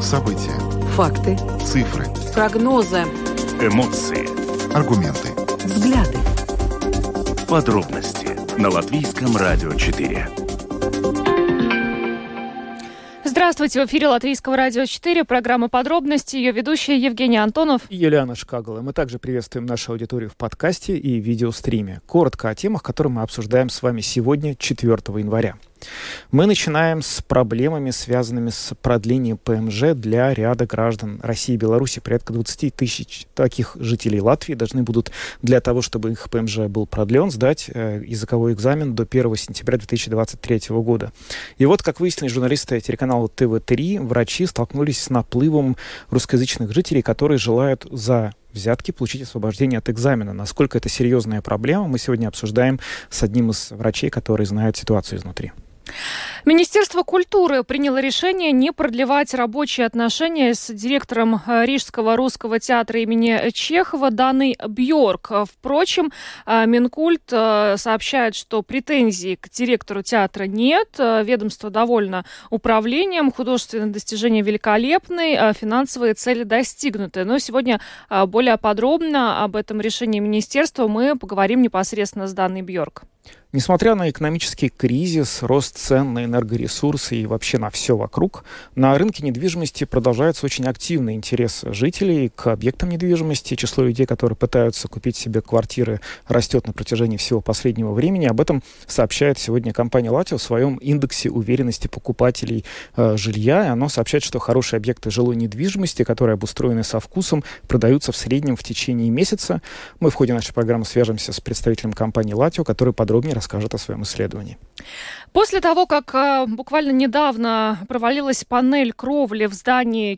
События. Факты. Цифры. Прогнозы. Эмоции. Аргументы. Взгляды. Подробности на Латвийском радио 4. Здравствуйте, в эфире Латвийского радио 4, программа «Подробности», ее ведущие Евгений Антонов и Юлиана Шкагала. Мы также приветствуем нашу аудиторию в подкасте и видеостриме. Коротко о темах, которые мы обсуждаем с вами сегодня, 4 января. Мы начинаем с проблемами, связанными с продлением ПМЖ для ряда граждан России и Беларуси. Порядка 20 тысяч таких жителей Латвии должны будут для того, чтобы их ПМЖ был продлен, сдать языковой экзамен до 1 сентября 2023 года. И вот, как выяснили журналисты телеканала ТВ3, врачи столкнулись с наплывом русскоязычных жителей, которые желают за взятки получить освобождение от экзамена. Насколько это серьезная проблема, мы сегодня обсуждаем с одним из врачей, который знает ситуацию изнутри. Министерство культуры приняло решение не продлевать рабочие отношения с директором Рижского русского театра имени Чехова Даной Бьорк. Впрочем, Минкульт сообщает, что претензий к директору театра нет. Ведомство довольно управлением, художественные достижения великолепны, финансовые цели достигнуты. Но сегодня более подробно об этом решении министерства мы поговорим непосредственно с Даной Бьорк. Несмотря на экономический кризис, рост цен на энергоресурсы и вообще на все вокруг, на рынке недвижимости продолжается очень активный интерес жителей к объектам недвижимости. Число людей, которые пытаются купить себе квартиры, растет на протяжении всего последнего времени. Об этом сообщает сегодня компания «Латио» в своем индексе уверенности покупателей жилья. И оно сообщает, что хорошие объекты жилой недвижимости, которые обустроены со вкусом, продаются в среднем в течение месяца. Мы в ходе нашей программы свяжемся с представителем компании «Латио», который подробнее расскажет о своем исследовании. После того, как буквально недавно провалилась панель кровли в здании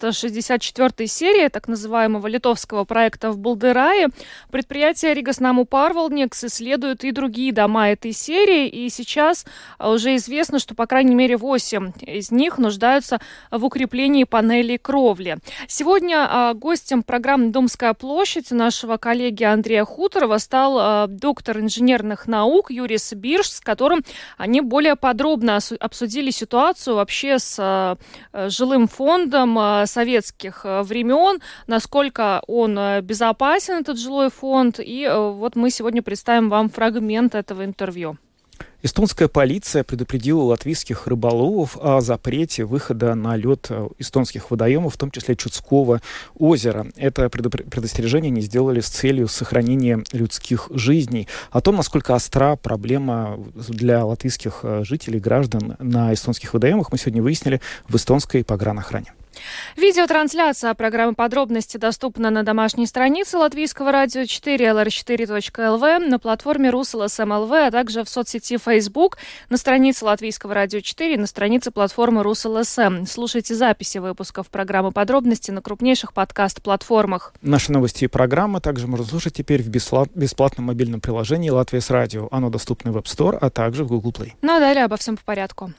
464 серии так называемого литовского проекта в Балдырае, предприятие Риgas Namu Pārvaldnieks исследует и другие дома этой серии, и сейчас уже известно, что по крайней мере 8 из них нуждаются в укреплении панелей кровли. Сегодня гостем программы «Домская площадь» нашего коллеги Андрея Хуторова стал доктор инженерных наук Юрис Бирш, с которым они более подробно обсудили ситуацию вообще с жилым фондом советских времен, насколько он безопасен, этот жилой фонд. И вот мы сегодня представим вам фрагмент этого интервью. Эстонская полиция предупредила латвийских рыболовов о запрете выхода на лед эстонских водоемов, в том числе Чудского озера. Это предостережение они сделали с целью сохранения людских жизней. О том, насколько остра проблема для латвийских жителей, граждан на эстонских водоемах, мы сегодня выяснили в эстонской погранохране. Видеотрансляция программы «Подробности» доступна на домашней странице Латвийского радио 4 lr4.lv, на платформе RusLSM.lv, а также в соцсети Facebook, на странице Латвийского радио 4, на странице платформы RusLSM. Слушайте записи выпусков программы «Подробности» на крупнейших подкаст-платформах. Наши новости и программы также можно слушать теперь в бесплатном мобильном приложении «Латвия с радио». Оно доступно в App Store, а также в Google Play. Ну а далее обо всем по порядку.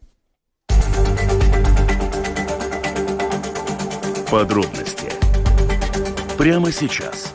Подробности прямо сейчас.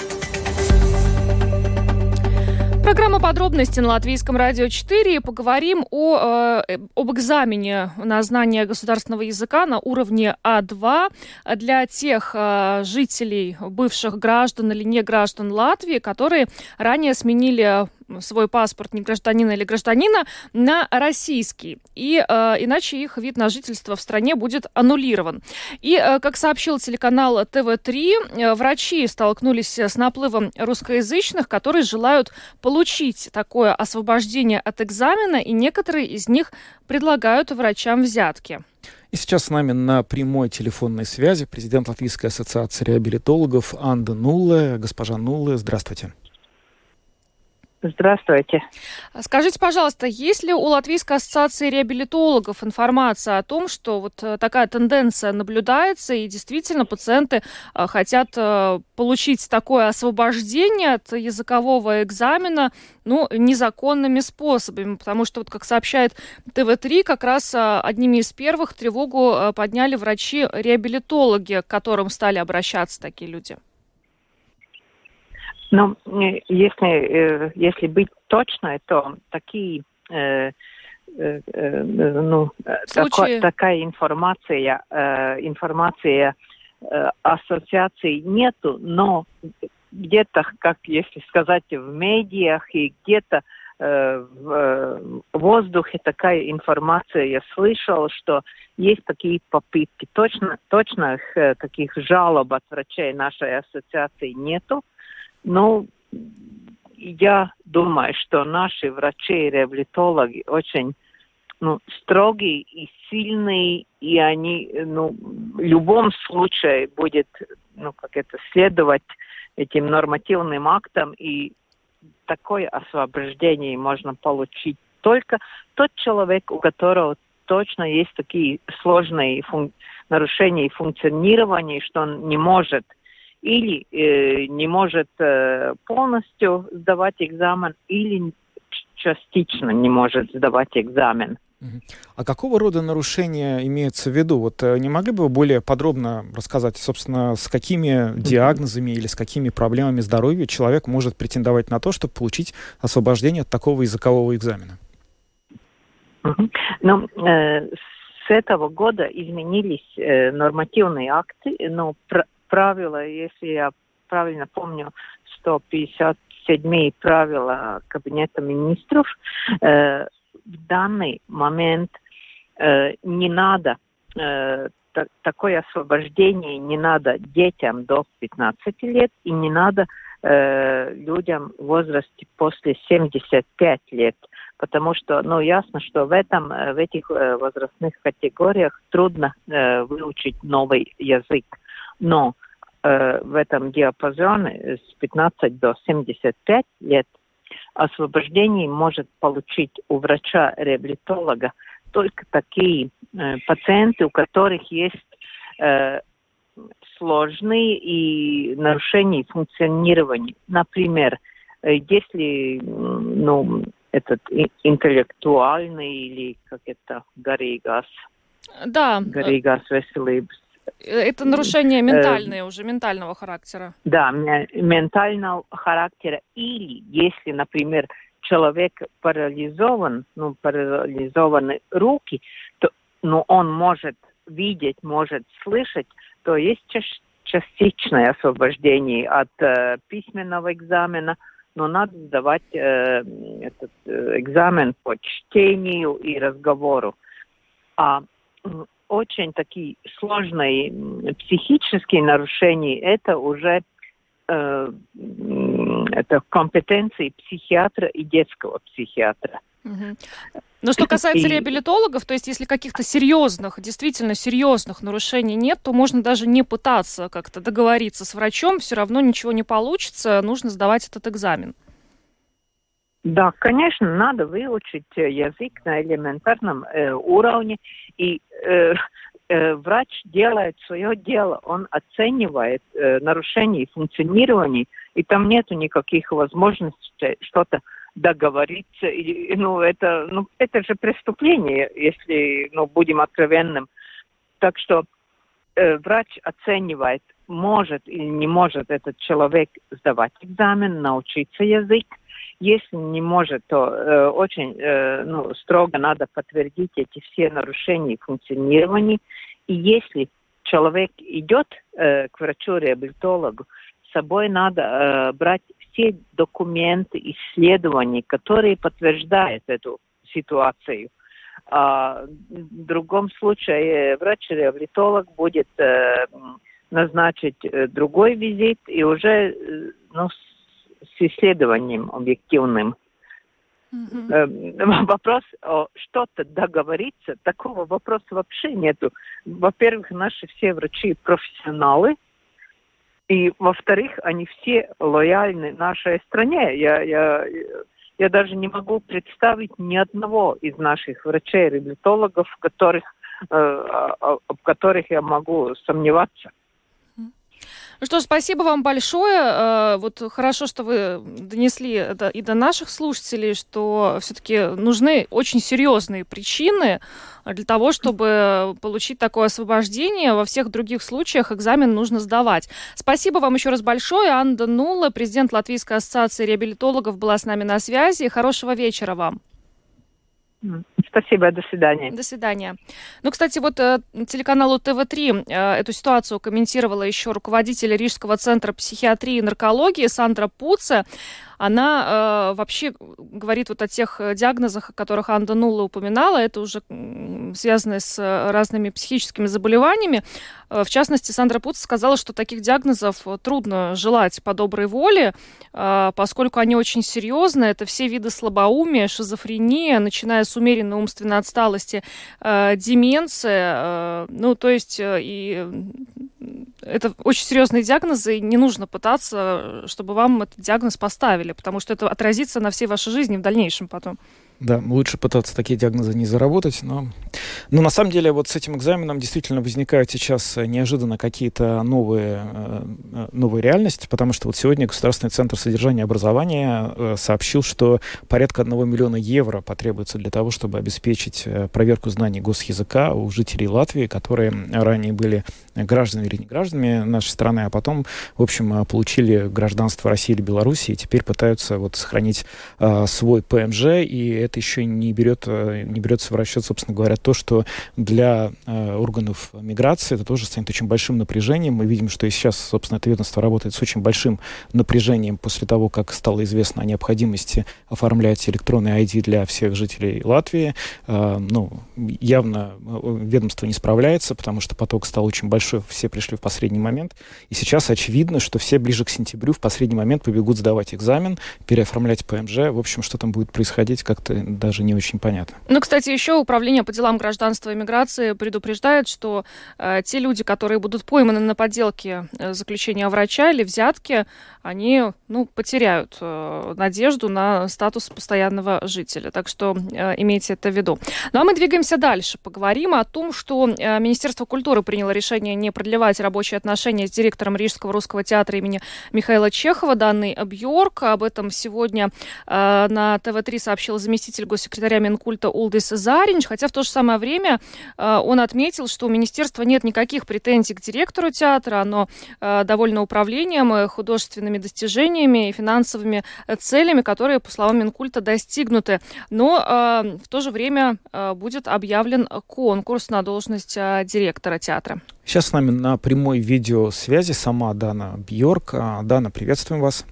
Программа «Подробности» на Латвийском радио 4. Поговорим об экзамене на знание государственного языка на уровне А2 для тех жителей, бывших граждан или не граждан Латвии, которые ранее сменили свой паспорт не гражданина или гражданина на российский. И иначе их вид на жительство в стране будет аннулирован. И, как сообщил телеканал ТВ3, врачи столкнулись с наплывом русскоязычных, которые желают получить такое освобождение от экзамена, и некоторые из них предлагают врачам взятки. И сейчас с нами на прямой телефонной связи президент Латвийской ассоциации реабилитологов Анда Нулле. Госпожа Нулле, здравствуйте. Здравствуйте. Скажите, пожалуйста, есть ли у Латвийской ассоциации реабилитологов информация о том, что вот такая тенденция наблюдается, и действительно пациенты хотят получить такое освобождение от языкового экзамена, незаконными способами? Потому что, вот как сообщает ТВ3, как раз одними из первых тревогу подняли врачи-реабилитологи, к которым стали обращаться такие люди. Если быть точной, то такие такая информация ассоциаций нету, но где-то, как если сказать, в медиах и где-то в воздухе такая информация я слышал, что есть такие попытки. Точных таких жалоб от врачей нашей ассоциации нету, но я думаю, что наши врачи и реабилитологи очень строгие и сильные, и они в любом случае будет следовать этим нормативным актам, и такое освобождение можно получить только тот человек, у которого точно есть такие сложные нарушения функционирования, что он не может или не может полностью сдавать экзамен, или частично не может сдавать экзамен. А какого рода нарушения имеются в виду? Вот не могли бы вы более подробно рассказать, собственно, с какими диагнозами или с какими проблемами здоровья человек может претендовать на то, чтобы получить освобождение от такого языкового экзамена? С этого года изменились нормативные акты, но правила, если я правильно помню, 157 правила Кабинета министров, в данный момент не надо, такое освобождение не надо детям до 15 лет и не надо людям в возрасте после 75 лет. Потому что, ясно, что в этих возрастных категориях трудно выучить новый язык. Но в этом диапазоне с 15 до 75 лет освобождение может получить у врача-реабилитолога только такие пациенты, у которых есть сложные и нарушения функционирования. Например, если этот интеллектуальный или как это гарīgās veselības. Это нарушение ментальное уже, ментального характера. Да, ментального характера. Или если, например, человек парализованы руки, то он может видеть, может слышать, то есть частичное освобождение от письменного экзамена, но надо сдавать этот экзамен по чтению и разговору. А очень такие сложные психические нарушения, это уже это компетенции психиатра и детского психиатра. Но что касается реабилитологов, то есть если каких-то действительно серьезных нарушений нет, то можно даже не пытаться как-то договориться с врачом, все равно ничего не получится, нужно сдавать этот экзамен. Да, конечно, надо выучить язык на элементарном уровне, и врач делает свое дело, он оценивает нарушение функционирования, и там нету никаких возможностей что-то договориться. Это же преступление, если будем откровенным. Так что врач оценивает, может или не может этот человек сдавать экзамен, научиться язык. Если не может, то очень строго надо подтвердить эти все нарушения функционирования. И если человек идет к врачу-реабилитологу, с собой надо брать все документы, исследования, которые подтверждают эту ситуацию. В другом случае врач-реабилитолог будет назначить другой визит и уже с исследованием объективным. Вопрос что-то договориться, такого вопроса вообще нету. Во-первых, наши все врачи профессионалы, и во-вторых, они все лояльны нашей стране. Я даже не могу представить ни одного из наших врачей-реабилитологов, в которых я могу сомневаться. Ну что ж, спасибо вам большое. Вот хорошо, что вы донесли это и до наших слушателей, что все-таки нужны очень серьезные причины для того, чтобы получить такое освобождение. Во всех других случаях экзамен нужно сдавать. Спасибо вам еще раз большое. Анна Данула, президент Латвийской ассоциации реабилитологов, была с нами на связи. Хорошего вечера вам. Спасибо, до свидания. До свидания. Ну, кстати, вот телеканалу ТВ3 эту ситуацию комментировала еще руководитель Рижского центра психиатрии и наркологии Сандра Пуце. Она вообще говорит вот о тех диагнозах, о которых Анна Данула упоминала. Это уже связано с разными психическими заболеваниями. В частности, Сандра Пуце сказала, что таких диагнозов трудно желать по доброй воле, поскольку они очень серьезные. Это все виды слабоумия, шизофрения, начиная с умеренной умственной отсталости, деменция. Ну, то есть и это очень серьезные диагнозы, и не нужно пытаться, чтобы вам этот диагноз поставили, потому что это отразится на всей вашей жизни в дальнейшем потом. Да, лучше пытаться такие диагнозы не заработать, но на самом деле вот с этим экзаменом действительно возникают сейчас неожиданно какие-то новые реальности, потому что вот сегодня Государственный центр содержания и образования сообщил, что порядка 1 миллиона евро потребуется для того, чтобы обеспечить проверку знаний госязыка у жителей Латвии, которые ранее были гражданами или не гражданами нашей страны, а потом, в общем, получили гражданство России или Беларуси и теперь пытаются вот сохранить свой ПМЖ, и это еще не берется в расчет, собственно говоря, то, что для органов миграции это тоже станет очень большим напряжением. Мы видим, что и сейчас, собственно, это ведомство работает с очень большим напряжением после того, как стало известно о необходимости оформлять электронный ID для всех жителей Латвии. Явно ведомство не справляется, потому что поток стал очень большой, все пришли в последний момент. И сейчас очевидно, что все ближе к сентябрю в последний момент побегут сдавать экзамен, переоформлять ПМЖ. В общем, что там будет происходить, как-то даже не очень понятно. Ну, кстати, еще Управление по делам гражданства и миграции предупреждает, что те люди, которые будут пойманы на подделке заключения врача или взятки, они потеряют надежду на статус постоянного жителя. Так что имейте это в виду. Ну, а мы двигаемся дальше. Поговорим о том, что Министерство культуры приняло решение не продлевать рабочие отношения с директором Рижского русского театра имени Михаила Чехова, Данной Бьорк. Об этом сегодня на ТВ3 сообщил заместитель госсекретаря Минкульта Улдис Заринч, хотя в то же самое время он отметил, что у министерства нет никаких претензий к директору театра, оно довольно управлением, художественными достижениями и финансовыми целями, которые, по словам Минкульта, достигнуты. Но в то же время будет объявлен конкурс на должность директора театра. Сейчас с нами на прямой видеосвязи сама Дана Бьорк. Дана, приветствуем вас.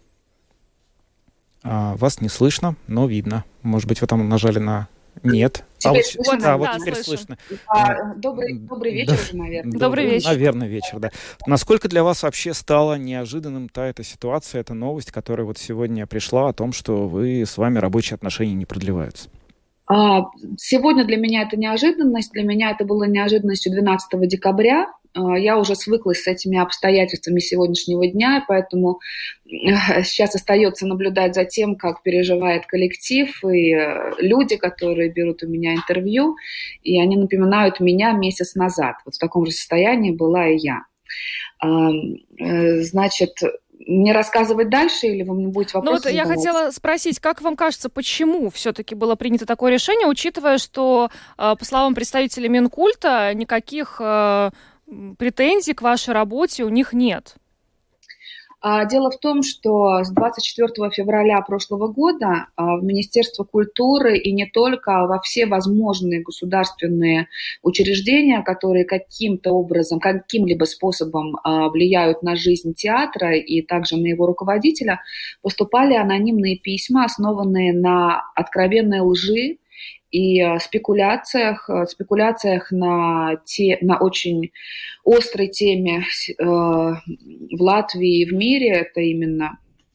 Вас не слышно, но видно. Может быть, вы там нажали на «нет». Теперь слышно? Вот теперь слышно. Добрый вечер уже, наверное. Добрый вечер. Наверное, вечер, да. Насколько для вас вообще стала неожиданным эта ситуация, эта новость, которая вот сегодня пришла о том, что с вами рабочие отношения не продлеваются? Сегодня для меня это неожиданность. Для меня это было неожиданностью 12 декабря. Я уже свыклась с этими обстоятельствами сегодняшнего дня, поэтому сейчас остается наблюдать за тем, как переживает коллектив и люди, которые берут у меня интервью, и они напоминают меня месяц назад. Вот в таком же состоянии была и я. Значит, мне рассказывать дальше, или вы мне будете вопросы задавать? Я хотела спросить, как вам кажется, почему все-таки было принято такое решение, учитывая, что, по словам представителей Минкульта, никаких претензий к вашей работе у них нет? Дело в том, что с 24 февраля прошлого года в Министерство культуры и не только во все возможные государственные учреждения, которые каким-то образом, каким-либо способом влияют на жизнь театра и также на его руководителя, поступали анонимные письма, основанные на откровенной лжи и спекуляциях на очень острой теме в Латвии и в мире, это именно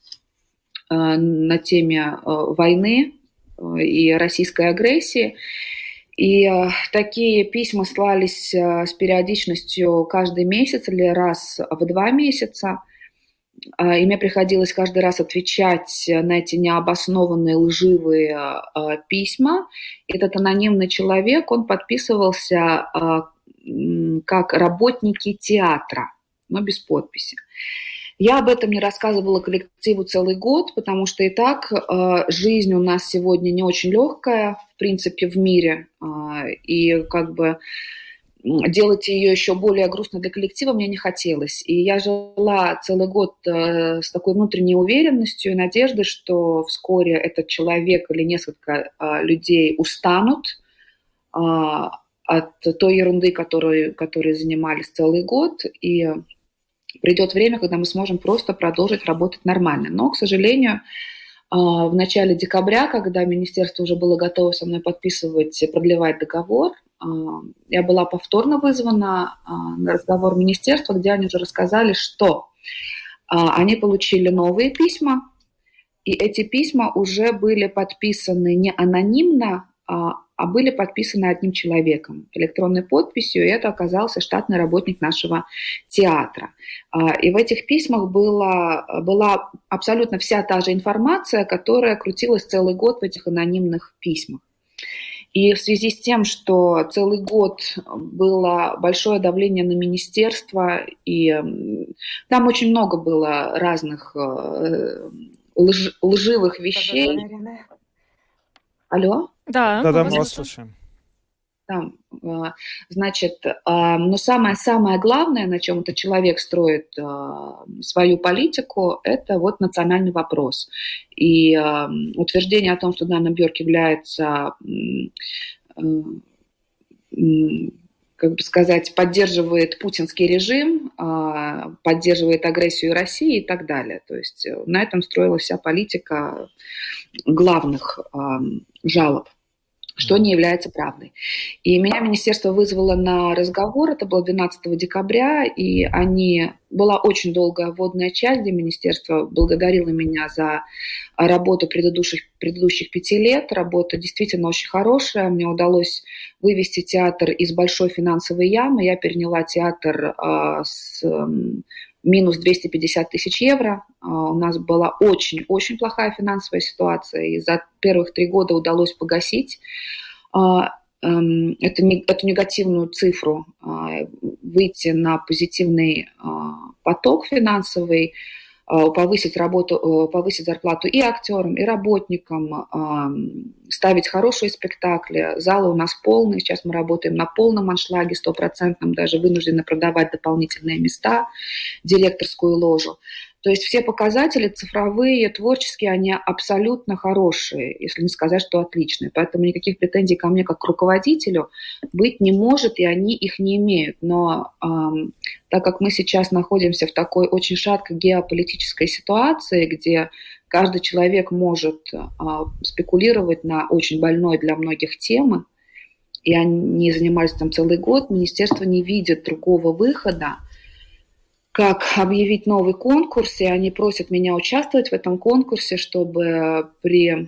на теме войны и российской агрессии. И такие письма слались с периодичностью каждый месяц или раз в 2 месяца. И мне приходилось каждый раз отвечать на эти необоснованные лживые письма. Этот анонимный человек, он подписывался как работники театра, но без подписи. Я об этом не рассказывала коллективу целый год, потому что и так жизнь у нас сегодня не очень легкая, в принципе, в мире. И делать ее еще более грустной для коллектива мне не хотелось. И я жила целый год с такой внутренней уверенностью и надеждой, что вскоре этот человек или несколько людей устанут от той ерунды, которой занимались целый год, и придет время, когда мы сможем просто продолжить работать нормально. Но, к сожалению, в начале декабря, когда министерство уже было готово со мной подписывать, продлевать договор, я была повторно вызвана на разговор министерства, где они уже рассказали, что они получили новые письма, и эти письма уже были подписаны не анонимно, а были подписаны одним человеком, электронной подписью, и это оказался штатный работник нашего театра. И в этих письмах была абсолютно вся та же информация, которая крутилась целый год в этих анонимных письмах. И в связи с тем, что целый год было большое давление на министерство, и там очень много было разных лживых вещей. Алло? Да, мы вас слушаем. Да, значит, но самое главное, на чем этот человек строит свою политику, это вот национальный вопрос. И утверждение о том, что Дана Бьорк является, как бы сказать, поддерживает путинский режим, поддерживает агрессию России и так далее. То есть на этом строилась вся политика главных жалоб, что не является правдой. И меня министерство вызвало на разговор, это было 12 декабря, и была очень долгая вводная часть, где министерство благодарило меня за работу предыдущих 5 лет. Работа действительно очень хорошая. Мне удалось вывести театр из большой финансовой ямы. Я переняла театр с минус 250 тысяч евро. У нас была очень-очень плохая финансовая ситуация, и за первых 3 года удалось погасить эту негативную цифру, выйти на позитивный поток финансовый, повысить зарплату и актерам, и работникам, ставить хорошие спектакли. Залы у нас полные, сейчас мы работаем на полном аншлаге, 100%, даже вынуждены продавать дополнительные места, директорскую ложу. То есть все показатели цифровые, творческие, они абсолютно хорошие, если не сказать, что отличные. Поэтому никаких претензий ко мне как к руководителю быть не может, и они их не имеют. Но так как мы сейчас находимся в такой очень шаткой геополитической ситуации, где каждый человек может спекулировать на очень больной для многих темы, и они занимались там целый год, министерство не видит другого выхода, как объявить новый конкурс, и они просят меня участвовать в этом конкурсе, чтобы при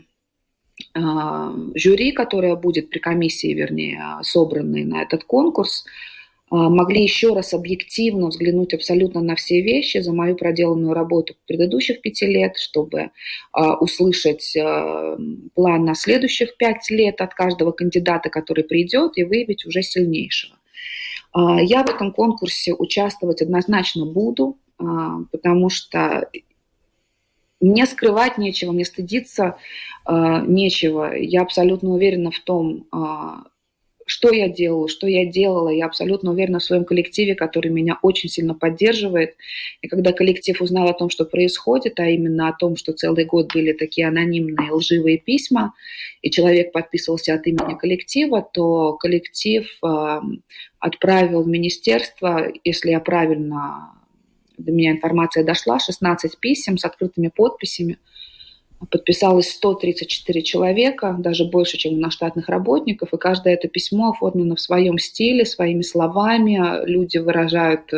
жюри, которое будет при комиссии, вернее, собранной на этот конкурс, могли еще раз объективно взглянуть абсолютно на все вещи за мою проделанную работу предыдущих 5 лет, чтобы услышать план на следующих 5 лет от каждого кандидата, который придет, и выявить уже сильнейшего. Я в этом конкурсе участвовать однозначно буду, потому что мне скрывать нечего, мне стыдиться нечего. Я абсолютно уверена в том, что я делала, что я делала. Я абсолютно уверена в своем коллективе, который меня очень сильно поддерживает. И когда коллектив узнал о том, что происходит, а именно о том, что целый год были такие анонимные лживые письма, и человек подписывался от имени коллектива, то коллектив отправил в министерство, если я правильно, до меня информация дошла, 16 писем с открытыми подписями. Подписалось 134 человека, даже больше, чем у нас штатных работников, и каждое это письмо оформлено в своем стиле, своими словами. Люди выражают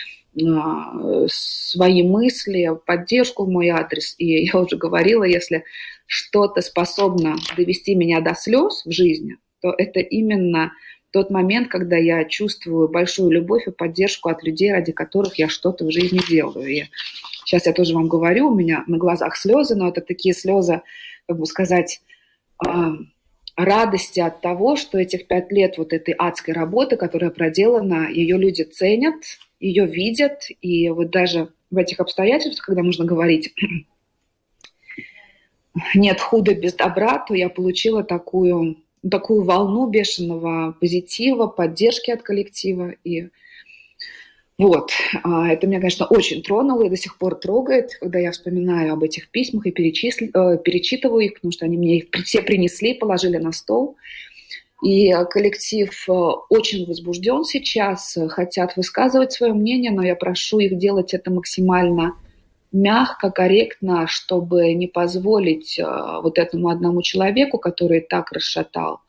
свои мысли, поддержку в мой адрес. И я уже говорила, если что-то способно довести меня до слез в жизни, то это именно тот момент, когда я чувствую большую любовь и поддержку от людей, ради которых я что-то в жизни делаю. И сейчас я тоже вам говорю, у меня на глазах слезы, но это такие слезы, как бы сказать, радости от того, что этих 5 лет вот этой адской работы, которая проделана, ее люди ценят, ее видят. И вот даже в этих обстоятельствах, когда нужно говорить «нет худа без добра», то я получила такую такую волну бешеного позитива, поддержки от коллектива. И вот, это меня, конечно, очень тронуло и до сих пор трогает, когда я вспоминаю об этих письмах и перечитываю их, потому что они мне их все принесли, положили на стол. И коллектив очень возбужден сейчас, хотят высказывать свое мнение, но я прошу их делать это максимально мягко, корректно, чтобы не позволить вот этому одному человеку, который так расшатал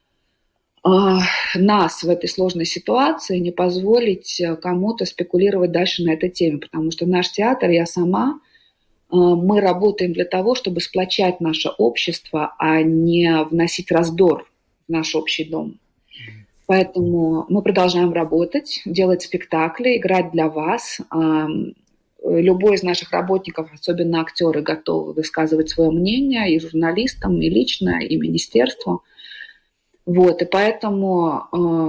нас в этой сложной ситуации, не позволить кому-то спекулировать дальше на этой теме, потому что наш театр, я сама, мы работаем для того, чтобы сплочать наше общество, а не вносить раздор в наш общий дом. Поэтому мы продолжаем работать, делать спектакли, играть для вас. Любой из наших работников, особенно актеры, готовы высказывать свое мнение и журналистам, и лично, и министерству. Вот, и поэтому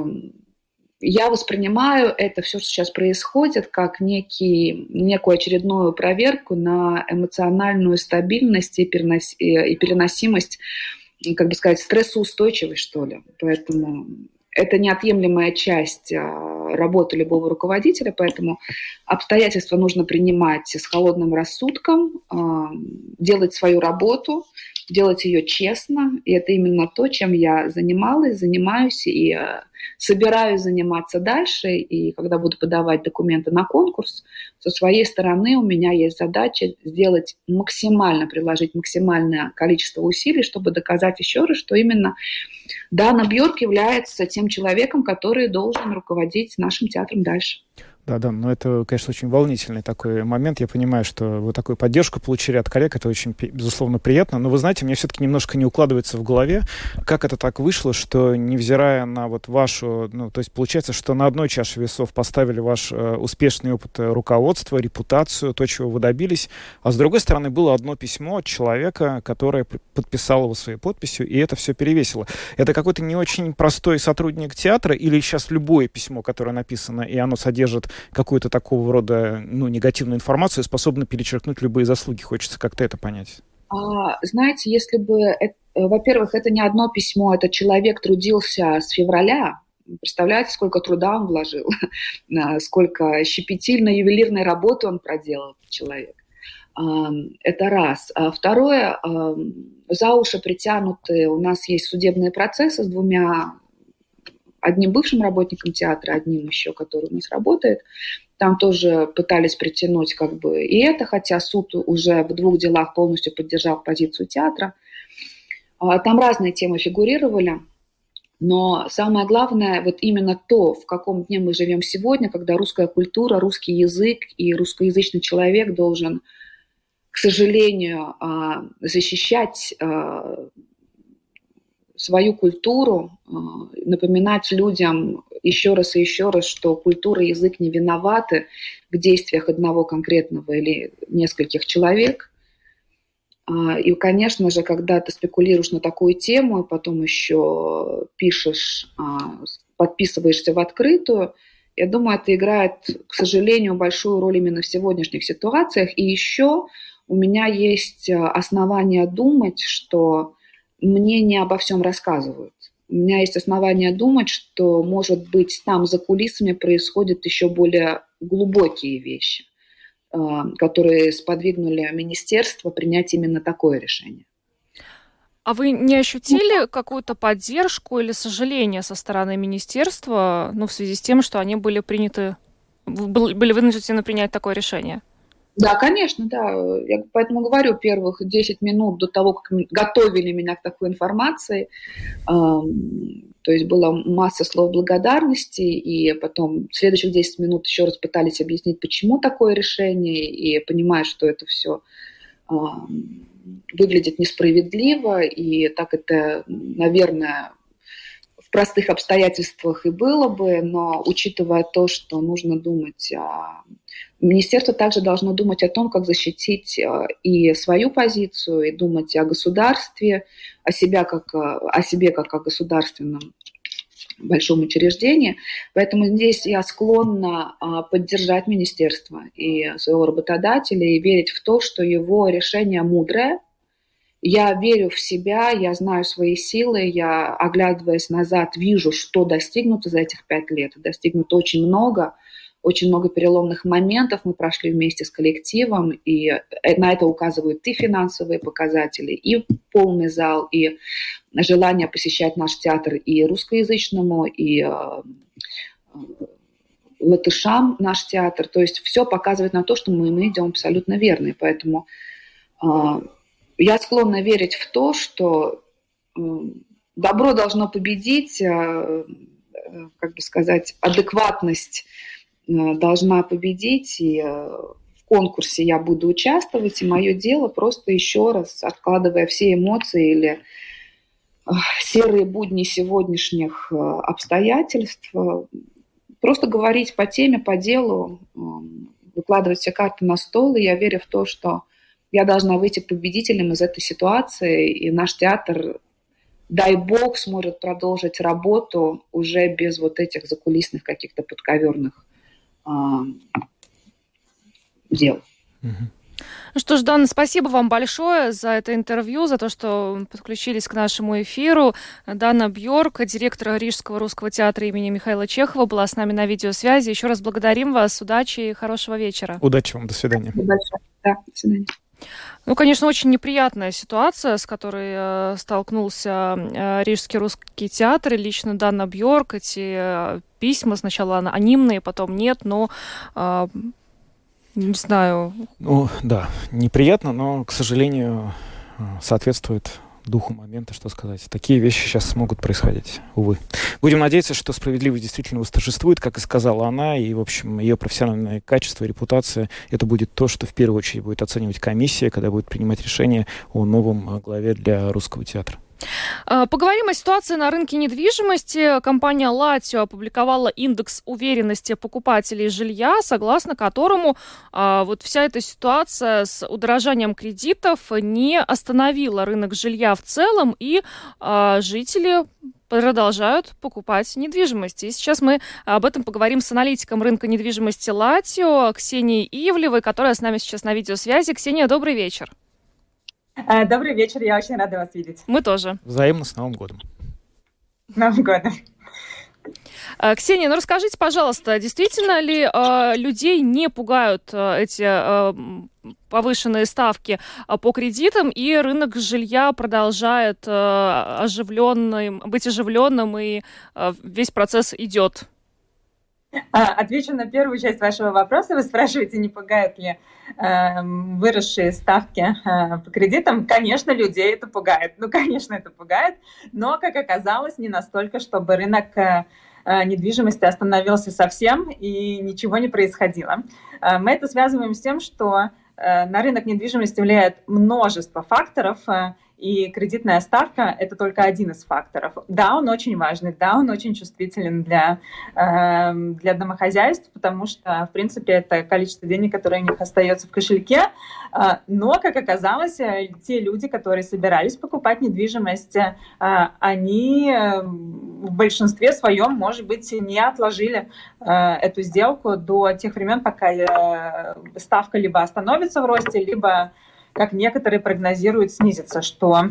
я воспринимаю это все, что сейчас происходит, как некую очередную проверку на эмоциональную стабильность и переносимость, как бы сказать, стрессоустойчивость, что ли. Поэтому это неотъемлемая часть работы любого руководителя, поэтому обстоятельства нужно принимать с холодным рассудком, делать свою работу, делать ее честно. И это именно то, чем я занимаюсь и собираюсь заниматься дальше. И когда буду подавать документы на конкурс, со своей стороны у меня есть задача сделать приложить максимальное количество усилий, чтобы доказать еще раз, что именно Дана Бьорк является тем человеком, который должен руководить нашим театром дальше. Да, но это, конечно, очень волнительный такой момент. Я понимаю, что вы такую поддержку получили от коллег, это очень, безусловно, приятно. Но вы знаете, мне все-таки немножко не укладывается в голове, как это так вышло, что, невзирая на вот вашу... то есть получается, что на одной чаше весов поставили ваш успешный опыт руководства, репутацию, то, чего вы добились, а с другой стороны было одно письмо от человека, которое подписал его своей подписью, и это все перевесило. Это какой-то не очень простой сотрудник театра или сейчас любое письмо, которое написано, и оно содержит какую-то такого рода негативную информацию, способна перечеркнуть любые заслуги. Хочется как-то это понять. Знаете, если бы... Во-первых, это не одно письмо, этот человек трудился с февраля. Представляете, сколько труда он вложил, сколько щепетильной, ювелирной работы он проделал, человек. Это раз. Второе, за уши притянуты, у нас есть судебные процессы с одним бывшим работником театра, одним еще, который у нас работает. Там тоже пытались притянуть и это, хотя суд уже в 2 делах полностью поддержал позицию театра. Там разные темы фигурировали, но самое главное, вот именно то, в каком дне мы живем сегодня, когда русская культура, русский язык и русскоязычный человек должен, к сожалению, защищать свою культуру, напоминать людям еще раз и еще раз, что культура и язык не виноваты в действиях одного конкретного или нескольких человек. И, конечно же, когда ты спекулируешь на такую тему, и потом еще пишешь, подписываешься в открытую, я думаю, это играет, к сожалению, большую роль именно в сегодняшних ситуациях. И еще у меня есть основания думать, что мне не обо всем рассказывают. У меня есть основания думать, что, может быть, там за кулисами происходят еще более глубокие вещи, которые сподвигнули министерство принять именно такое решение. А вы не ощутили какую-то поддержку или сожаление со стороны министерства, в связи с тем, что они были вынуждены принять такое решение? Да, конечно, да. Я поэтому говорю, первых 10 минут до того, как готовили меня к такой информации, то есть была масса слов благодарности, и потом следующих 10 минут еще раз пытались объяснить, почему такое решение, и понимая, что это все выглядит несправедливо, и так это, наверное, в простых обстоятельствах и было бы, но учитывая то, что нужно думать, министерство также должно думать о том, как защитить и свою позицию, и думать о государстве, о себе как о государственном большом учреждении. Поэтому здесь я склонна поддержать министерство и своего работодателя и верить в то, что его решение мудрое, Я верю в себя, я знаю свои силы, я, оглядываясь назад, вижу, что достигнуто за этих 5 лет. Достигнуто очень много переломных моментов мы прошли вместе с коллективом, и на это указывают и финансовые показатели, и полный зал, и желание посещать наш театр и русскоязычному, и латышам наш театр. То есть все показывает на то, что мы идем абсолютно верно. И поэтому я склонна верить в то, что добро должно победить, адекватность должна победить, и в конкурсе я буду участвовать, и мое дело просто еще раз, откладывая все эмоции или серые будни сегодняшних обстоятельств, просто говорить по теме, по делу, выкладывать все карты на стол, и я верю в то, что я должна выйти победителем из этой ситуации, и наш театр, дай бог, сможет продолжить работу уже без вот этих закулисных каких-то подковерных дел. Ну что ж, Дана, спасибо вам большое за это интервью, за то, что подключились к нашему эфиру. Дана Бьорк, директор Рижского русского театра имени Михаила Чехова, была с нами на видеосвязи. Еще раз благодарим вас. Удачи и хорошего вечера. Удачи вам. До свидания. Спасибо большое. Да, до свидания. Ну, конечно, очень неприятная ситуация, с которой столкнулся Рижский русский театр, и лично Дана Бьорк. Эти письма сначала анонимные, потом нет, но не знаю. Ну, да, неприятно, но, к сожалению, соответствует духу момента, что сказать. Такие вещи сейчас могут происходить, увы. Будем надеяться, что справедливость действительно восторжествует, как и сказала она, и, в общем, ее профессиональное качество и репутация — это будет то, что в первую очередь будет оценивать комиссия, когда будет принимать решение о новом главе для русского театра. Поговорим о ситуации на рынке недвижимости. Компания Latio опубликовала индекс уверенности покупателей жилья, согласно которому вот вся эта ситуация с удорожанием кредитов не остановила рынок жилья в целом, и жители продолжают покупать недвижимость. И сейчас мы об этом поговорим с аналитиком рынка недвижимости Latio Ксенией Ивлевой, которая с нами сейчас на видеосвязи. Ксения, добрый вечер. Добрый вечер, я очень рада вас видеть. Мы тоже. Взаимно, с Новым годом. Новым годом. Ксения, ну расскажите, пожалуйста, действительно ли людей не пугают эти повышенные ставки по кредитам, и рынок жилья продолжает быть оживленным, и весь процесс идет? Отвечу на первую часть вашего вопроса. Вы спрашиваете, не пугают ли выросшие ставки по кредитам. Конечно, людей это пугает. Ну, конечно, это пугает. Но, как оказалось, не настолько, чтобы рынок недвижимости остановился совсем и ничего не происходило. Мы это связываем с тем, что на рынок недвижимости влияет множество факторов, и кредитная ставка – это только один из факторов. Да, он очень важный, да, он очень чувствителен для домохозяйств, потому что, в принципе, это количество денег, которое у них остается в кошельке. Но, как оказалось, те люди, которые собирались покупать недвижимость, они в большинстве своем, может быть, не отложили эту сделку до тех времен, пока ставка либо остановится в росте, либо, как некоторые прогнозируют, снизится, что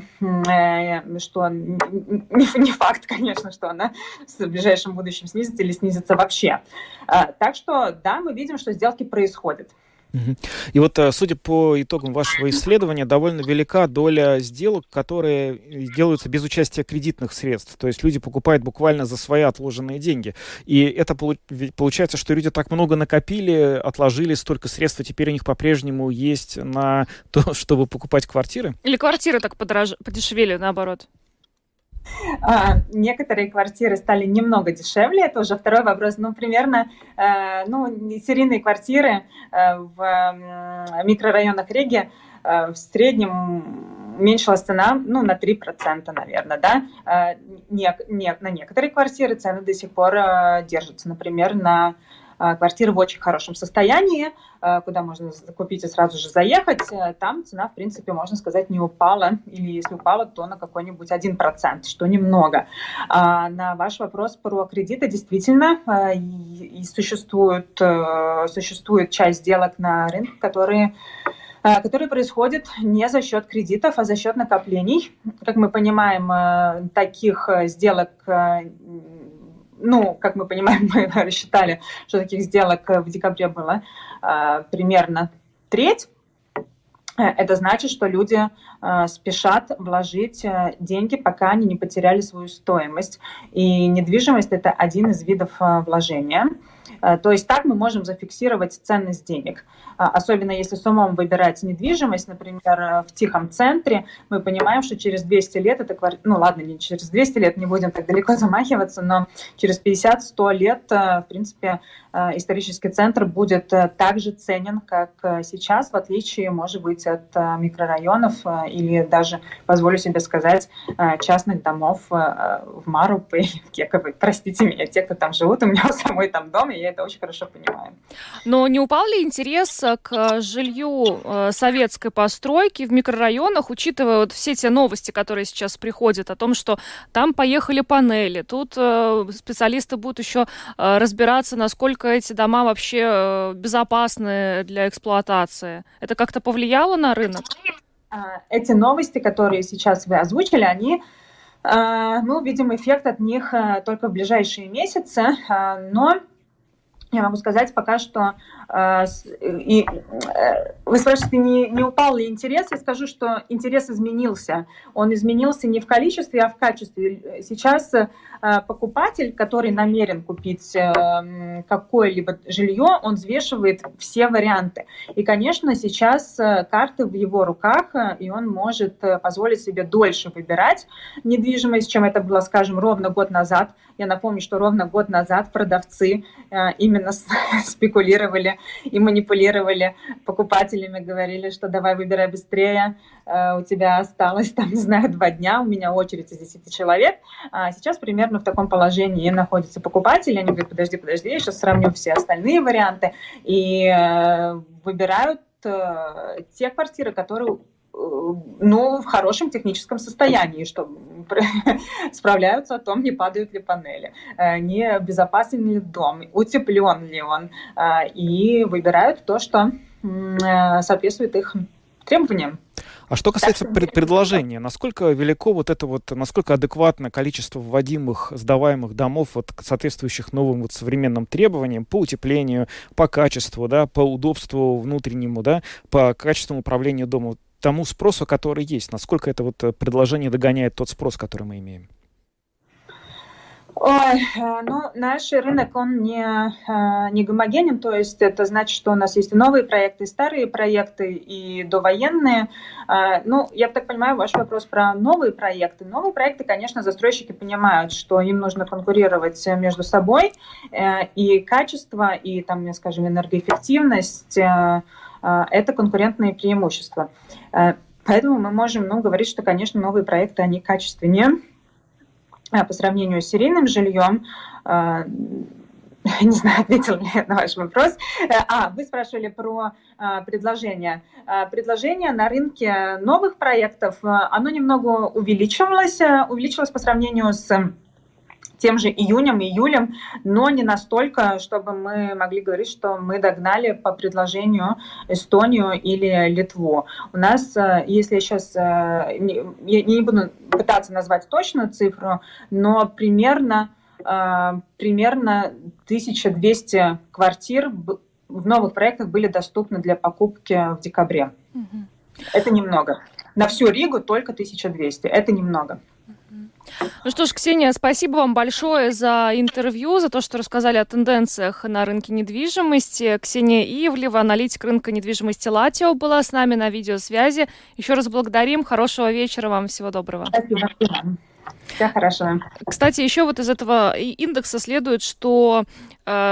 не факт, конечно, что она в ближайшем будущем снизится или снизится вообще. Так что, да, мы видим, что сделки происходят. И вот, судя по итогам вашего исследования, довольно велика доля сделок, которые делаются без участия кредитных средств. То есть люди покупают буквально за свои отложенные деньги. И это получается, что люди так много накопили, отложили столько средств, и теперь у них по-прежнему есть на то, чтобы покупать квартиры? Или квартиры так подешевели, наоборот? Некоторые квартиры стали немного дешевле, это уже второй вопрос. Ну, примерно, серийные квартиры в микрорайонах Риги в среднем уменьшилась цена, на 3%, наверное, да. На некоторые квартиры цены до сих пор держатся, например, на квартиры в очень хорошем состоянии, куда можно купить и сразу же заехать, там цена, в принципе, можно сказать, не упала, или если упала, то на какой-нибудь 1%, что немного. На ваш вопрос про кредиты, действительно, и существует часть сделок на рынке, которые который происходит не за счет кредитов, а за счет накоплений. Как мы понимаем, таких сделок, как мы понимаем, мы рассчитали, что таких сделок в декабре было примерно треть. Это значит, что люди спешат вложить деньги, пока они не потеряли свою стоимость. И недвижимость – это один из видов вложения. То есть так мы можем зафиксировать ценность денег. Особенно если с умом выбирать недвижимость, например, в тихом центре, мы понимаем, что через 200 лет эта квартира, не через 200 лет, не будем так далеко замахиваться, но через 50-100 лет, в принципе, исторический центр будет так же ценен, как сейчас, в отличие, может быть, от микрорайонов или даже, позволю себе сказать, частных домов в Марупе или в Кековой. Простите меня, те, кто там живут, у меня самой там дом, и я это очень хорошо понимаю. Но не упал ли интерес к жилью советской постройки в микрорайонах, учитывая вот все те новости, которые сейчас приходят о том, что там поехали панели, тут специалисты будут еще разбираться, насколько эти дома вообще безопасны для эксплуатации. Это как-то повлияло на рынок? Эти новости, которые сейчас вы озвучили, они, мы увидим эффект от них только в ближайшие месяцы, но я могу сказать пока что, вы спрашиваете, не упал ли интерес? Я скажу, что интерес изменился. Он изменился не в количестве, а в качестве. Сейчас покупатель, который намерен купить какое-либо жилье, он взвешивает все варианты. И, конечно, сейчас карты в его руках, и он может позволить себе дольше выбирать недвижимость, чем это было, скажем, ровно год назад. Я напомню, что ровно год назад продавцы именно спекулировали и манипулировали покупателями, говорили, что давай выбирай быстрее, у тебя осталось, 2 дня, у меня очередь из 10 человек. А сейчас примерно в таком положении находятся покупатели, они говорят, подожди, я сейчас сравню все остальные варианты, и выбирают те квартиры, которые в хорошем техническом состоянии, что справляются о том, не падают ли панели, не безопасен ли дом, утеплен ли он, и выбирают то, что соответствует их требованиям. А что касается предложения, насколько велико насколько адекватно количество вводимых, сдаваемых домов, соответствующих новым современным требованиям по утеплению, по качеству, по удобству внутреннему, по качественному управлению домом, тому спросу, который есть? Насколько это предложение догоняет тот спрос, который мы имеем? Наш рынок, он не гомогенен, то есть это значит, что у нас есть и новые проекты, и старые проекты, и довоенные. Я так понимаю, ваш вопрос про новые проекты. Новые проекты, конечно, застройщики понимают, что им нужно конкурировать между собой, и качество, и, энергоэффективность – это конкурентные преимущества. Поэтому мы можем говорить, что, конечно, новые проекты, они качественнее по сравнению с серийным жильем. Не знаю, ответила ли я на ваш вопрос. Вы спрашивали про предложение. Предложение на рынке новых проектов, оно немного увеличилось по сравнению с тем же июнем, июлем, но не настолько, чтобы мы могли говорить, что мы догнали по предложению Эстонию или Литву. У нас, если я сейчас не буду пытаться назвать точную цифру, но примерно 1200 квартир в новых проектах были доступны для покупки в декабре. Это немного. На всю Ригу только 1200. Это немного. Ну что ж, Ксения, спасибо вам большое за интервью, за то, что рассказали о тенденциях на рынке недвижимости. Ксения Ивлева, аналитик рынка недвижимости Латио, была с нами на видеосвязи. Еще раз благодарим. Хорошего вечера вам. Всего доброго. Спасибо. Все хорошо. Кстати, еще из этого индекса следует, что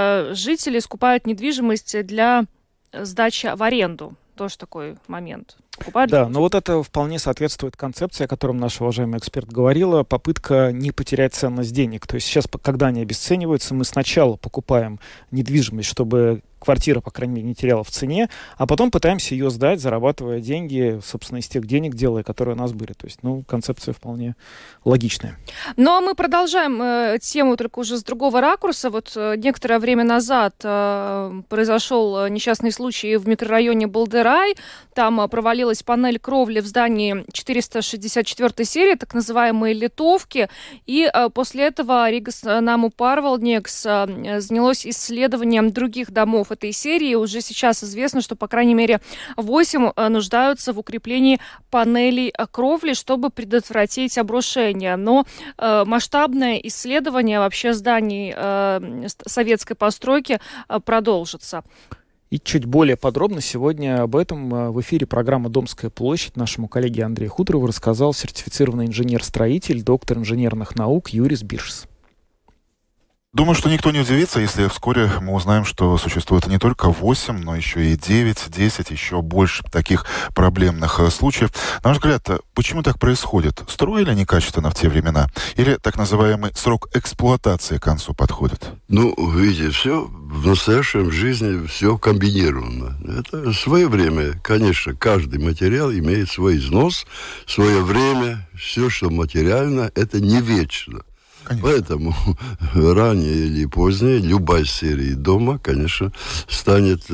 жители скупают недвижимость для сдачи в аренду. Тоже такой момент. покупают. Да, но вот это вполне соответствует концепции, о которой наша уважаемая эксперт говорила, попытка не потерять ценность денег. То есть сейчас, когда они обесцениваются, мы сначала покупаем недвижимость, чтобы квартира, по крайней мере, не теряла в цене, а потом пытаемся ее сдать, зарабатывая деньги, собственно, из тех денег делая, которые у нас были. То есть, концепция вполне логичная. Ну, а мы продолжаем тему, только уже с другого ракурса. Вот некоторое время назад произошел несчастный случай в микрорайоне Болдерай. Там провалилась панель кровли в здании 464 серии, так называемые литовки. И после этого Ригас Наму Парвалдникс занялось исследованием других домов этой серии. Уже сейчас известно, что, по крайней мере, 8 нуждаются в укреплении панелей кровли, чтобы предотвратить обрушение. Но масштабное исследование вообще зданий советской постройки продолжится. И чуть более подробно сегодня об этом в эфире программы «Домская площадь» нашему коллеге Андрею Хуторову рассказал сертифицированный инженер-строитель, доктор инженерных наук Юрис Биршс. Думаю, что никто не удивится, если вскоре мы узнаем, что существует не только 8, но еще и 9, 10, еще больше таких проблемных случаев. На ваш взгляд, почему так происходит? Строили некачественно в те времена? Или так называемый срок эксплуатации к концу подходит? Видите, все в настоящем жизни все комбинировано. Это в свое время, конечно, каждый материал имеет свой износ, свое время. Все, что материально, это не вечно. Конечно. Поэтому ранее или позднее любая серия дома, конечно, станет,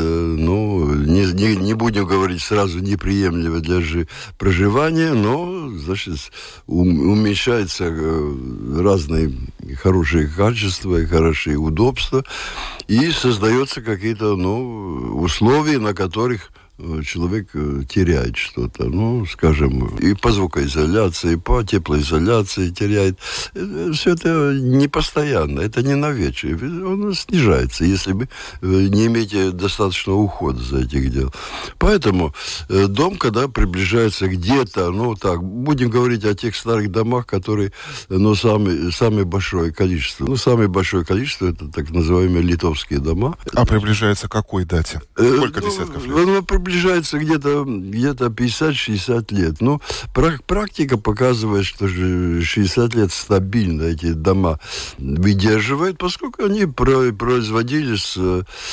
не будем говорить сразу неприемлемо для проживания, но, значит, уменьшаются разные хорошие качества и хорошие удобства, и создаются какие-то, условия, на которых человек теряет что-то, скажем, и по звукоизоляции, и по теплоизоляции теряет. Все это не постоянно, это не навечно. Он снижается, если вы не имеете достаточного ухода за этих дел. Поэтому дом, когда приближается где-то, будем говорить о тех старых домах, которые, самое большое количество. Самое большое количество, это так называемые литовские дома. А приближается к какой дате? Сколько десятков лет? Приближается где-то 50-60 лет. Практика показывает, что 60 лет стабильно эти дома выдерживают, поскольку они производились с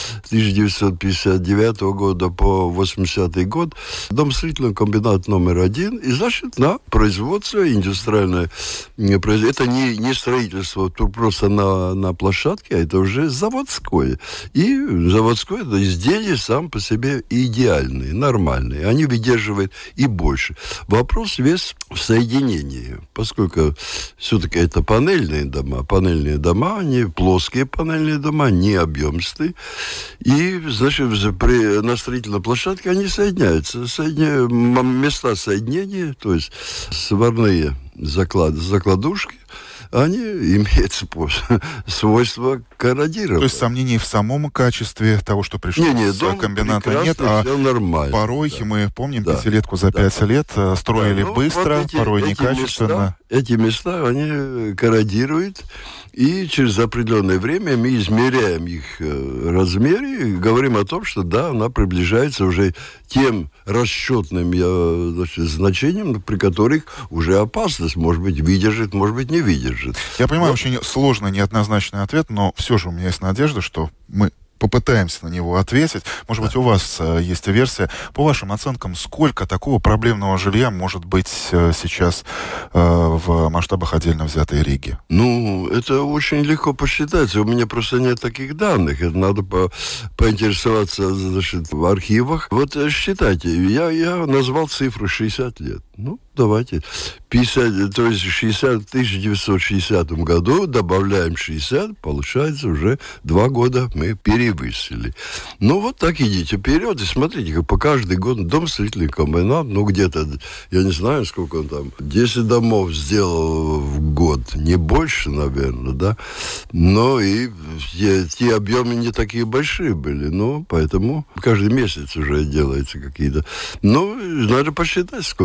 1959 года по 80-й год. Домостроительный комбинат номер 1. И, значит, на производство индустриальное. Это не строительство просто на площадке, а это уже заводское. И заводское это изделие сам по себе идеальное. Нормальные. Они выдерживают и больше. Вопрос весь в соединении. Поскольку все-таки это панельные дома. Панельные дома, они плоские панельные дома, не объемистые. И, значит, на строительной площадке они соединяются. Места соединения, то есть сварные закладушки, они имеют свойство корродировать. То есть сомнений в самом качестве того, что пришло с комбината нет, а порой, мы помним, пятилетку за 5 лет строили быстро, порой некачественно. Эти места, они корродируют, и через определенное время мы измеряем их размеры и говорим о том, что да, она приближается уже тем расчетным значением, при которых уже опасность, может быть, выдержит, может быть, не выдержит. Я понимаю, очень сложный, неоднозначный ответ, но все же у меня есть надежда, что мы попытаемся на него ответить. Может быть, у вас есть версия. По вашим оценкам, сколько такого проблемного жилья может быть сейчас в масштабах отдельно взятой Риги? Это очень легко посчитать. У меня просто нет таких данных. Это надо поинтересоваться, значит, в архивах. Вот считайте, я назвал цифру 60 лет. Давайте. 50, то есть в 1960 году добавляем 60, получается уже 2 года мы перевысили. Вот так идите вперед и смотрите, по каждый год домостроительный комбинат, где-то, я не знаю, сколько он там, 10 домов сделал в год, не больше, наверное, да, но и те объемы не такие большие были, поэтому каждый месяц уже делается какие-то. Надо посчитать, сколько таких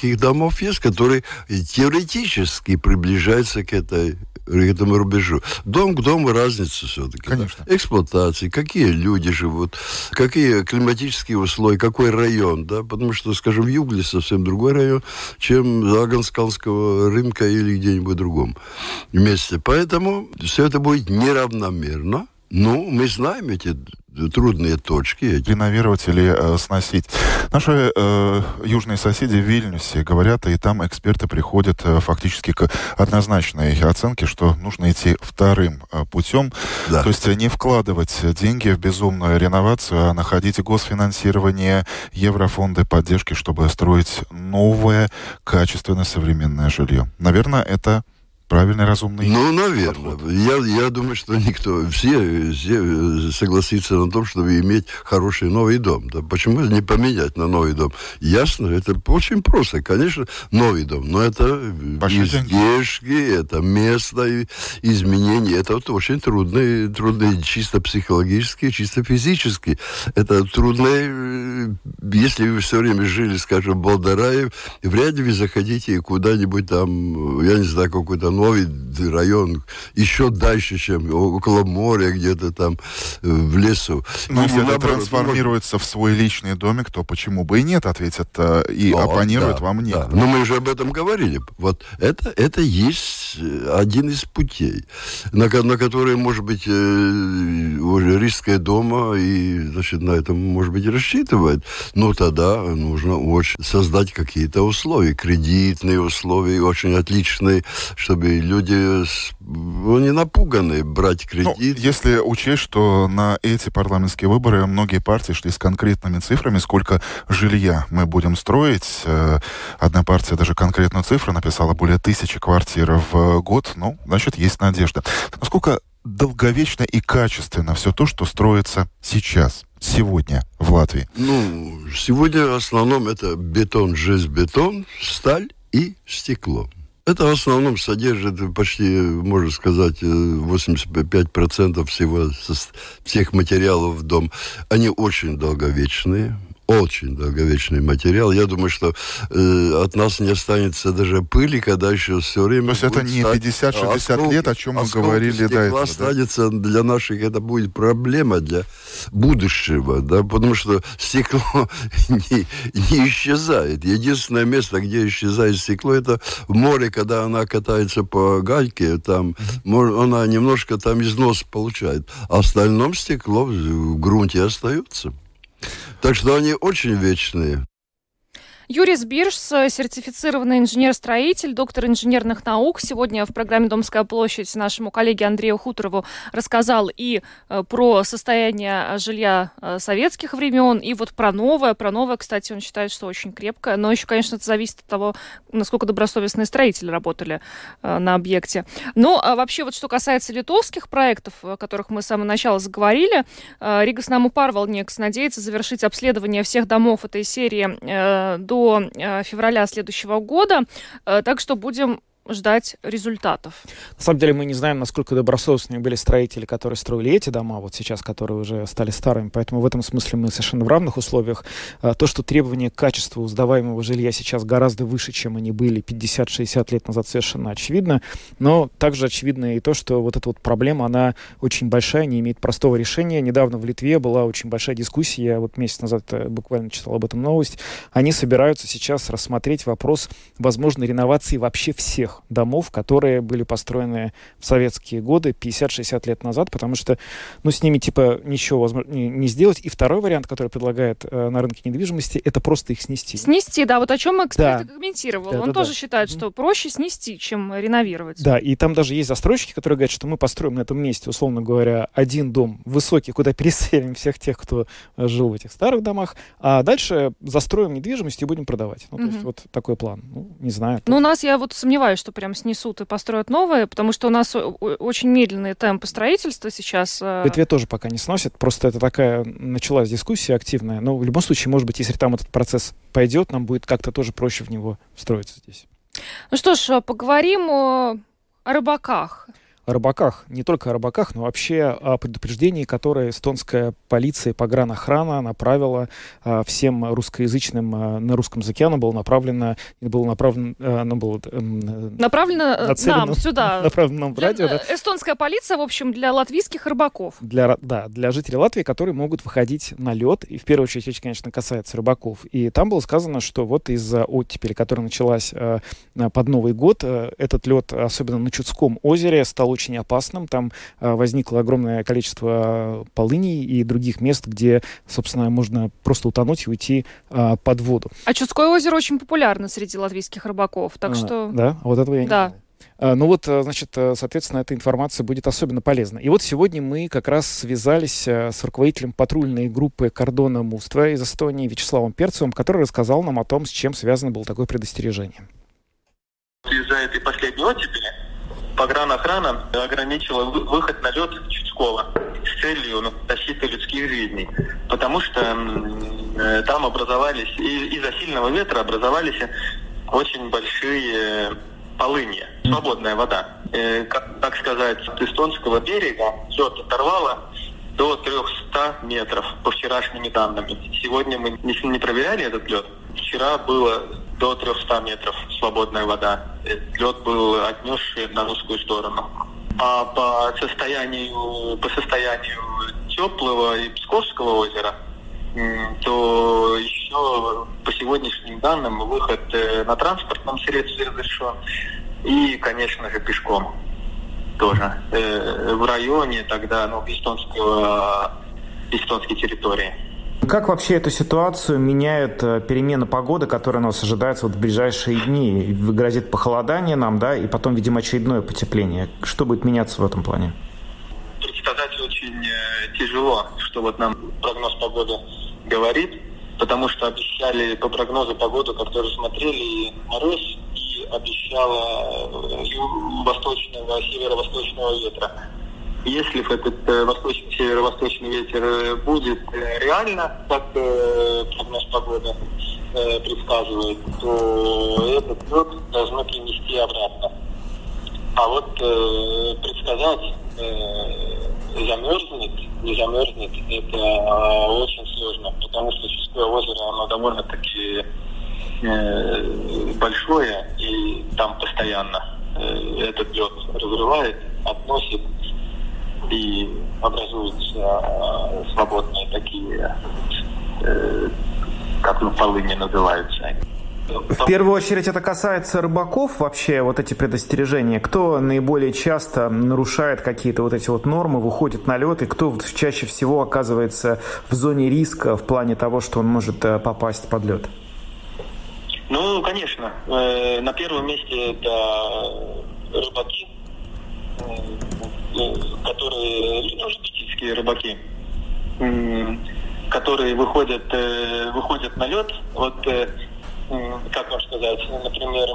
таких домов есть, которые теоретически приближаются к этому рубежу. Дом к дому разница все-таки. Конечно. Да? Эксплуатации, какие люди живут, какие климатические условия, какой район, да, потому что, скажем, в Югле совсем другой район, чем Лаганского рынка или где-нибудь другом месте. Поэтому все это будет неравномерно. Ну, мы знаем эти трудные точки. Реновировать или сносить. Наши южные соседи в Вильнюсе говорят, и там эксперты приходят фактически к однозначной оценке, что нужно идти вторым путем. Да. То есть не вкладывать деньги в безумную реновацию, а находить госфинансирование, еврофонды поддержки, чтобы строить новое, качественное, современное жилье. Наверное, это правильный, разумный наверное. Я думаю, что все согласятся на том, чтобы иметь хороший новый дом. Да? Почему не поменять на новый дом? Ясно, это очень просто. Конечно, новый дом, но это издержки, это место изменения. Это вот очень трудно чисто психологически, чисто физически. Это трудно, если вы все время жили, скажем, в Болдерае, вряд ли вы захотите куда-нибудь там, я не знаю, какой-то новый район, еще дальше, чем около моря, где-то там в лесу. Но если это трансформируется в свой личный домик, то почему бы и нет, ответят и оппонируют вам нет. Да. Но мы уже об этом говорили. Вот это есть один из путей, на который, может быть, Рижская дума и, значит, на этом, может быть, рассчитывает. Но тогда нужно очень создать какие-то условия, кредитные условия, очень отличные, чтобы люди не напуганы брать кредит. Если учесть, что на эти парламентские выборы многие партии шли с конкретными цифрами, сколько жилья мы будем строить. Одна партия даже конкретную цифру написала, более 1000 квартир в год. Значит, есть надежда. Насколько долговечно и качественно все то, что строится сейчас, сегодня в Латвии? Сегодня в основном это бетон, железобетон, сталь и стекло. Это в основном содержит почти, можно сказать, 85% всех материалов в дом. Они очень долговечные. Очень долговечный материал. Я думаю, что от нас не останется даже пыли, когда еще все время... То есть это не 50-60 лет, о чем мы говорили до этого. Останется для наших, это будет проблема для будущего, да, потому что стекло не исчезает. Единственное место, где исчезает стекло, это в море, когда она катается по гальке, там она немножко там износ получает. А остальном стекло в грунте остается. Так что они очень вечные. Юрис Биршс, сертифицированный инженер-строитель, доктор инженерных наук. Сегодня в программе «Домская площадь» нашему коллеге Андрею Хуторову рассказал и про состояние жилья советских времен, и вот про новое. Про новое, кстати, он считает, что очень крепкое. Но еще, конечно, это зависит от того, насколько добросовестные строители работали на объекте. А вообще, вот что касается литовских проектов, о которых мы с самого начала заговорили, Ригас Наму Парвалдникс надеется завершить обследование всех домов этой серии до февраля следующего года, так что будем ждать результатов. На самом деле мы не знаем, насколько добросовестные были строители, которые строили эти дома, вот сейчас, которые уже стали старыми, поэтому в этом смысле мы совершенно в равных условиях. То, что требования к качеству сдаваемого жилья сейчас гораздо выше, чем они были 50-60 лет назад, совершенно очевидно, но также очевидно и то, что вот эта вот проблема, она очень большая, не имеет простого решения. Недавно в Литве была очень большая дискуссия, я вот месяц назад буквально читал об этом новость. Они собираются сейчас рассмотреть вопрос возможной реновации вообще всех домов, которые были построены в советские годы, 50-60 лет назад, потому что, с ними, ничего возможно не сделать. И второй вариант, который предлагает на рынке недвижимости, это просто их снести. Снести, да, вот о чем эксперт комментировал. Он тоже считает, что проще снести, чем реновировать. Да, и там даже есть застройщики, которые говорят, что мы построим на этом месте, условно говоря, один дом высокий, куда переселим всех тех, кто жил в этих старых домах, а дальше застроим недвижимость и будем продавать. То есть вот такой план. Не знаю. У нас, я вот сомневаюсь, что прям снесут и построят новые, потому что у нас очень медленные темпы строительства сейчас. В Литве тоже пока не сносят, просто это такая началась дискуссия активная, но в любом случае, может быть, если там этот процесс пойдет, нам будет как-то тоже проще в него встроиться здесь. Ну что ж, поговорим о рыбаках. о рыбаках. Не только о рыбаках, но вообще о предупреждении, которое эстонская полиция и погранохрана направила всем русскоязычным на русском языке. Оно было направлено нам сюда. Направлено нам в радио. Эстонская полиция, в общем, для латвийских рыбаков. Для жителей Латвии, которые могут выходить на лед. И в первую очередь речь, конечно, касается рыбаков. И там было сказано, что вот из-за оттепели, которая началась под Новый год, этот лед, особенно на Чудском озере, стал очень опасным. Там возникло огромное количество полыней и других мест, где, собственно, можно просто утонуть и уйти под воду. А Чудское озеро очень популярно среди латвийских рыбаков, так что... Да? Вот этого я не знаю. Ну вот, значит, соответственно, эта информация будет особенно полезна. И вот сегодня мы как раз связались с руководителем патрульной группы кордона Муства из Эстонии Вячеславом Перцевым, который рассказал нам о том, с чем связано было такое предостережение. Из-за этой последней оттепели погранохрана ограничила выход на лед Чудского с целью защиты людских жизней, потому что там образовались, из-за сильного ветра образовались очень большие полынья, свободная вода. Как сказать, от эстонского берега лед оторвало до 300 метров по вчерашним данным. Сегодня мы не проверяли этот лед. Вчера было до 300 метров свободная вода. Лед был отнесший на русскую сторону. А по состоянию Теплого и Псковского озера, то еще по сегодняшним данным выход на транспортном средстве разрешен. И, конечно же, пешком тоже. В районе тогда, эстонской территории. Как вообще эту ситуацию меняют перемены погоды, которые у нас ожидаются в ближайшие дни? Грозит похолодание нам, да, и потом, видимо, очередное потепление. Что будет меняться в этом плане? Предсказать очень тяжело, что вот нам прогноз погоды говорит, потому что обещали по прогнозу погоды, которую смотрели, мороз, и обещала восточного, северо-восточного ветра. Если этот северо-восточный ветер будет реально, как прогноз погоды предсказывает, то этот лед должно принести обратно. А вот предсказать, замерзнет, не замерзнет, это очень сложно, потому что Чудское озеро, оно довольно-таки большое, и там постоянно этот лед разрывает, относит, и образуются свободные такие, как полыни называются. В первую очередь это касается рыбаков вообще, вот эти предостережения. Кто наиболее часто нарушает какие-то вот эти вот нормы, выходит на лед, и кто чаще всего оказывается в зоне риска в плане того, что он может попасть под лед? Ну, конечно. На первом месте это рыбаки, которые, любительские рыбаки, которые выходят на лед. Вот, как вам сказать, например,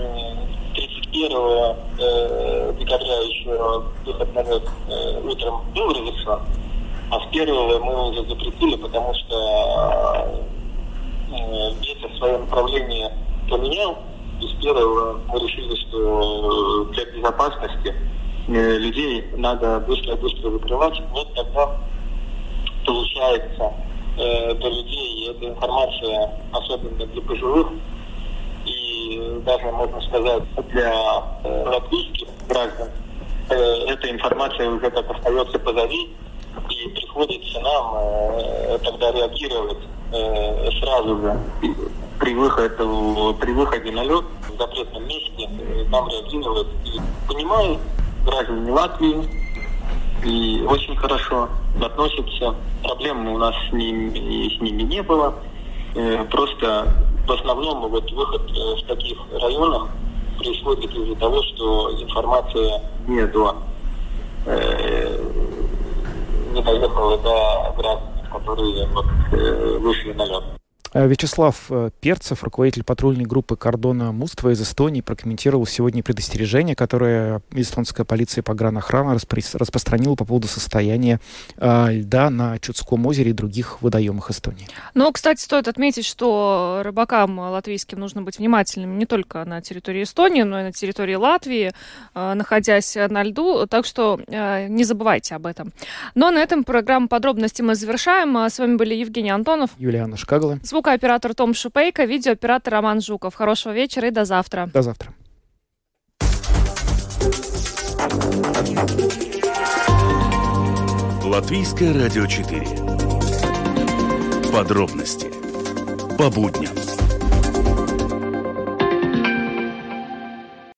31 декабря еще выход на лед утром был разрешен, а с 1 мы уже запретили, потому что ветер свое направление поменял, и с 1 мы решили, что для безопасности людей надо быстро закрывать. Вот тогда получается для людей эта информация, особенно для пожилых, и даже, можно сказать, для латвийских граждан, эта информация уже как остается позади, и приходится нам тогда реагировать сразу же при выходе на лед в запретном месте, нам реагировать. И понимаю, граждане Латвии, и очень хорошо относятся. Проблем у нас с ними не было. Просто в основном вот выход в таких районах происходит из-за того, что информация не доехала до граждан, которые вышли на лед. Вячеслав Перцев, руководитель патрульной группы кордона Муства из Эстонии, прокомментировал сегодня предостережение, которое эстонская полиция и погранохрана распространила по поводу состояния льда на Чудском озере и других водоемах Эстонии. Но, кстати, стоит отметить, что рыбакам латвийским нужно быть внимательными не только на территории Эстонии, но и на территории Латвии, находясь на льду, так что не забывайте об этом. Но на этом программу «Подробности» мы завершаем. С вами были Евгений Антонов, Юлиана Шкагала, звукооператор Том Шупейко, видеооператор Роман Жуков. Хорошего вечера и до завтра. До завтра. Латвийское радио 4. Подробности по будням.